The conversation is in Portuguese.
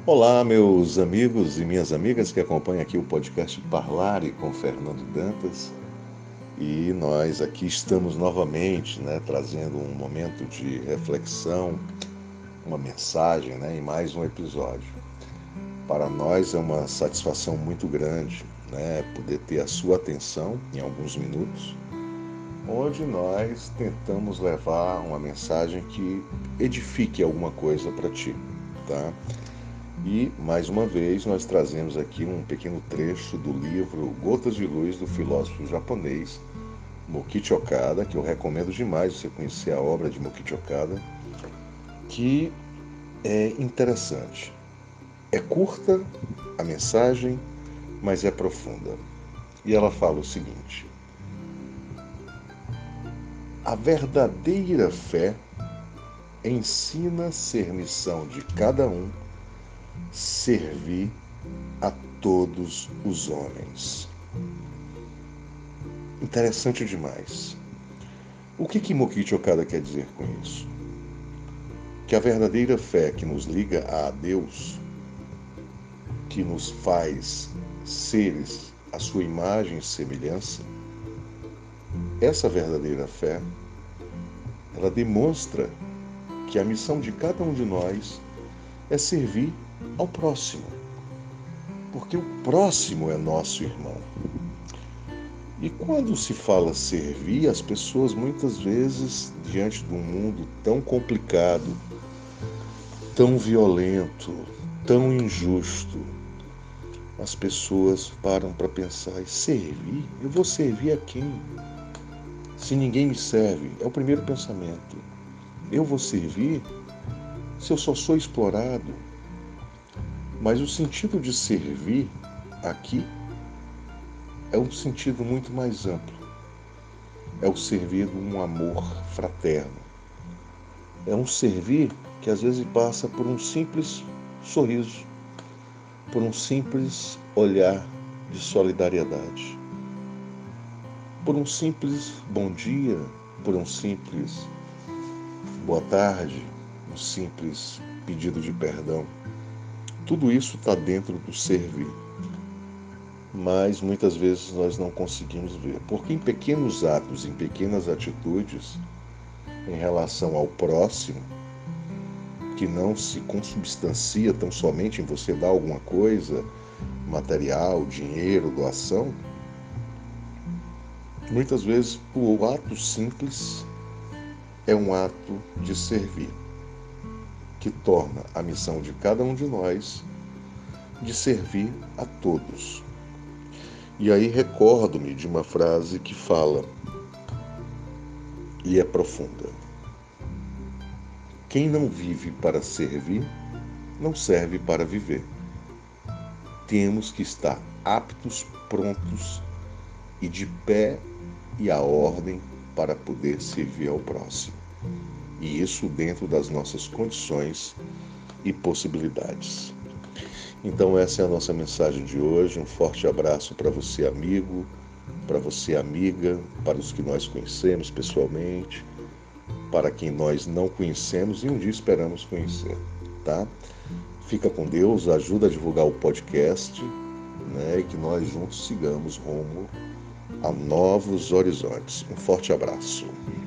Olá, meus amigos e minhas amigas que acompanham aqui o podcast Parlare com Fernando Dantas. E nós aqui estamos novamente, trazendo um momento de reflexão, uma mensagem, em mais um episódio. Para nós é uma satisfação muito grande, poder ter a sua atenção em alguns minutos, onde nós tentamos levar uma mensagem que edifique alguma coisa para ti, tá? E, mais uma vez, nós trazemos aqui um pequeno trecho do livro Gotas de Luz, do filósofo japonês Mokichi Okada, que eu recomendo demais você conhecer a obra de Mokichi Okada, que é interessante. É curta a mensagem, mas é profunda. E ela fala o seguinte: a verdadeira fé ensina ser missão de cada um servir a todos os homens. Interessante demais. O que Mokichi Okada quer dizer com isso? Que a verdadeira fé que nos liga a Deus, que nos faz seres à sua imagem e semelhança, essa verdadeira fé, ela demonstra que a missão de cada um de nós é servir ao próximo, porque o próximo é nosso irmão. E quando se fala servir, as pessoas muitas vezes, diante de um mundo tão complicado, tão violento, tão injusto, as pessoas param para pensar: servir? Eu vou servir a quem? Se ninguém me serve? É o primeiro pensamento. Eu vou servir se eu só sou explorado? Mas o sentido de servir aqui é um sentido muito mais amplo. É o servir de um amor fraterno. É um servir que às vezes passa por um simples sorriso, por um simples olhar de solidariedade, por um simples bom dia, por um simples boa tarde, um simples pedido de perdão. Tudo isso está dentro do servir, mas muitas vezes nós não conseguimos ver, porque em pequenos atos, em pequenas atitudes, em relação ao próximo, que não se consubstancia tão somente em você dar alguma coisa, material, dinheiro, doação, muitas vezes o ato simples é um ato de servir, que torna a missão de cada um de nós de servir a todos. E aí recordo-me de uma frase que fala, e é profunda: quem não vive para servir, não serve para viver. Temos que estar aptos, prontos e de pé e à ordem para poder servir ao próximo. E isso dentro das nossas condições e possibilidades. Então essa é a nossa mensagem de hoje. Um forte abraço para você, amigo, para você, amiga, para os que nós conhecemos pessoalmente, para quem nós não conhecemos e um dia esperamos conhecer, tá? Fica com Deus, ajuda a divulgar o podcast, e que nós juntos sigamos rumo a novos horizontes. Um forte abraço.